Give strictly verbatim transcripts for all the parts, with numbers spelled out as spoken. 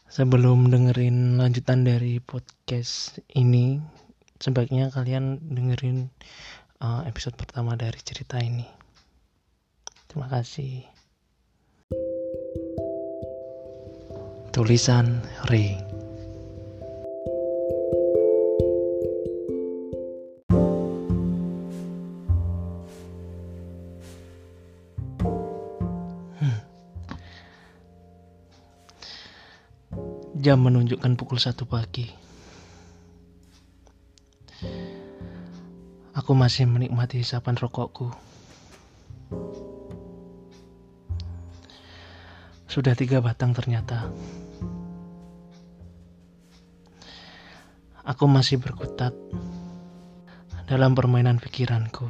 Sebelum dengerin lanjutan dari podcast ini, sebaiknya kalian dengerin uh, episode pertama dari cerita ini. Terima kasih. Tulisan Ray. Jam menunjukkan pukul satu pagi. Aku masih menikmati isapan rokokku. Sudah tiga batang ternyata. Aku masih berkutat dalam permainan pikiranku.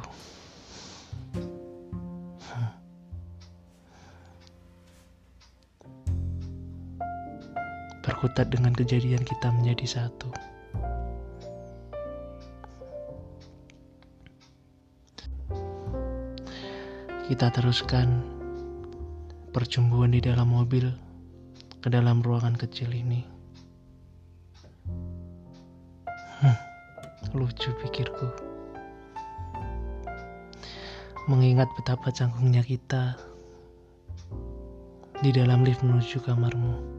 Berkutat dengan kejadian kita menjadi satu. Kita teruskan percumbuan di dalam mobil ke dalam ruangan kecil ini. Hmm, lucu pikirku. Mengingat betapa canggungnya kita di dalam lift menuju kamarmu.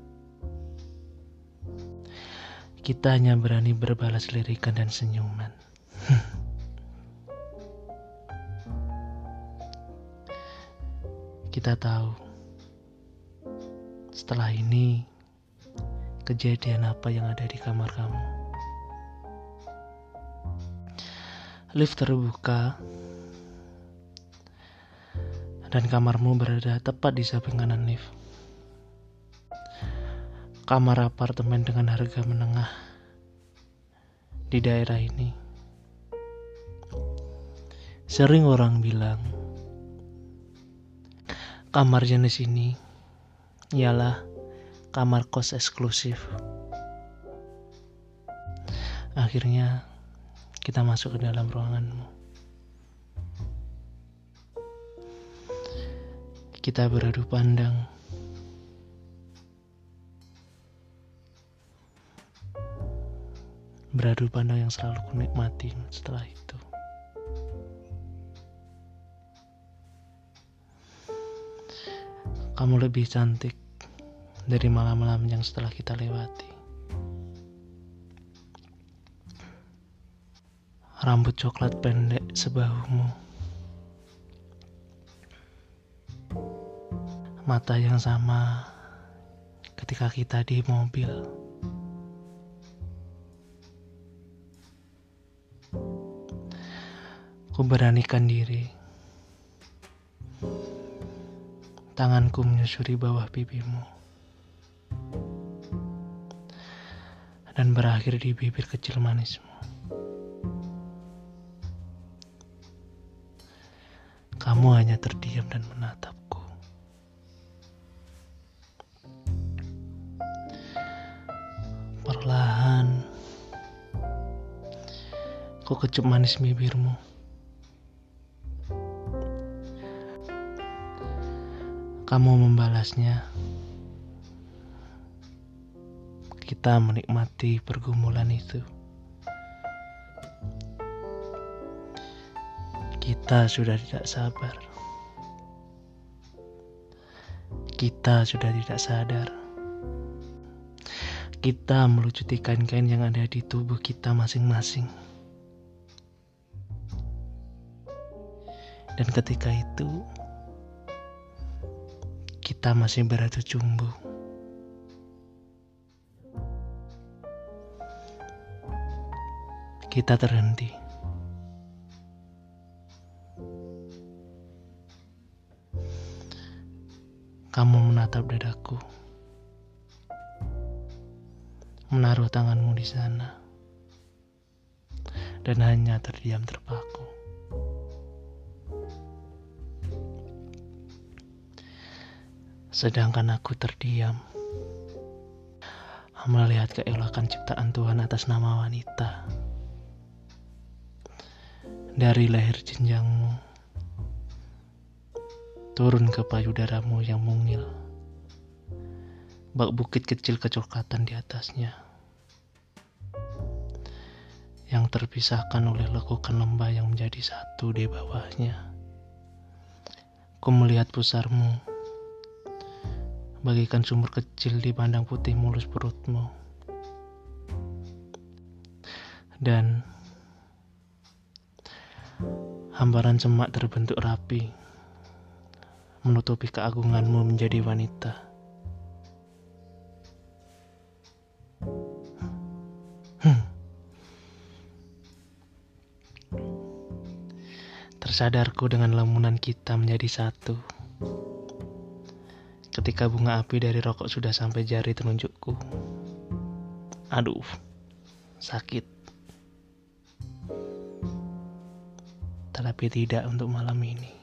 Kita hanya berani berbalas lirikan dan senyuman. Kita tahu, setelah ini, kejadian apa yang ada di kamar kamu. Lift terbuka, dan kamarmu berada tepat di samping kanan lift. Kamar apartemen dengan harga menengah di daerah ini. Sering orang bilang, kamar jenis ini ialah kamar kos eksklusif. Akhirnya kita masuk ke dalam ruanganmu. Kita beradu pandang. Beradu pandang yang selalu kunikmati setelah itu. Kamu lebih cantik dari malam-malam yang setelah kita lewati. Rambut coklat pendek sebahumu. Mata yang sama ketika kita di mobil. Ku beranikan diri. Tanganku menyusuri bawah pipimu. Dan berakhir di bibir kecil manismu. Kamu hanya terdiam dan menatapku. Perlahan, ku kecup manis bibirmu. Kamu membalasnya. Kita menikmati pergumulan itu. Kita sudah tidak sabar. Kita sudah tidak sadar. Kita melucuti kain-kain yang ada di tubuh kita masing-masing. Dan ketika itu, kita masih beradu cumbu. Kita terhenti. Kamu menatap dadaku. Menaruh tanganmu di sana. Dan hanya terdiam terpaku. Sedangkan aku terdiam melihat keelokan ciptaan Tuhan atas nama wanita. Dari leher jenjangmu turun ke payudaramu yang mungil. bak bukit kecil kecoklatan di atasnya, yang terpisahkan oleh lekukan lembah yang menjadi satu di bawahnya. Ku melihat pusarmu, bagaikan sumur kecil di pandang putih mulus perutmu. Dan hamparan semak terbentuk rapi, menutupi keagunganmu menjadi wanita. Hmm. Tersadarku dengan lamunan kita menjadi satu. Ketika bunga api dari rokok sudah sampai jari telunjukku. Aduh, sakit. Tetapi tidak untuk malam ini.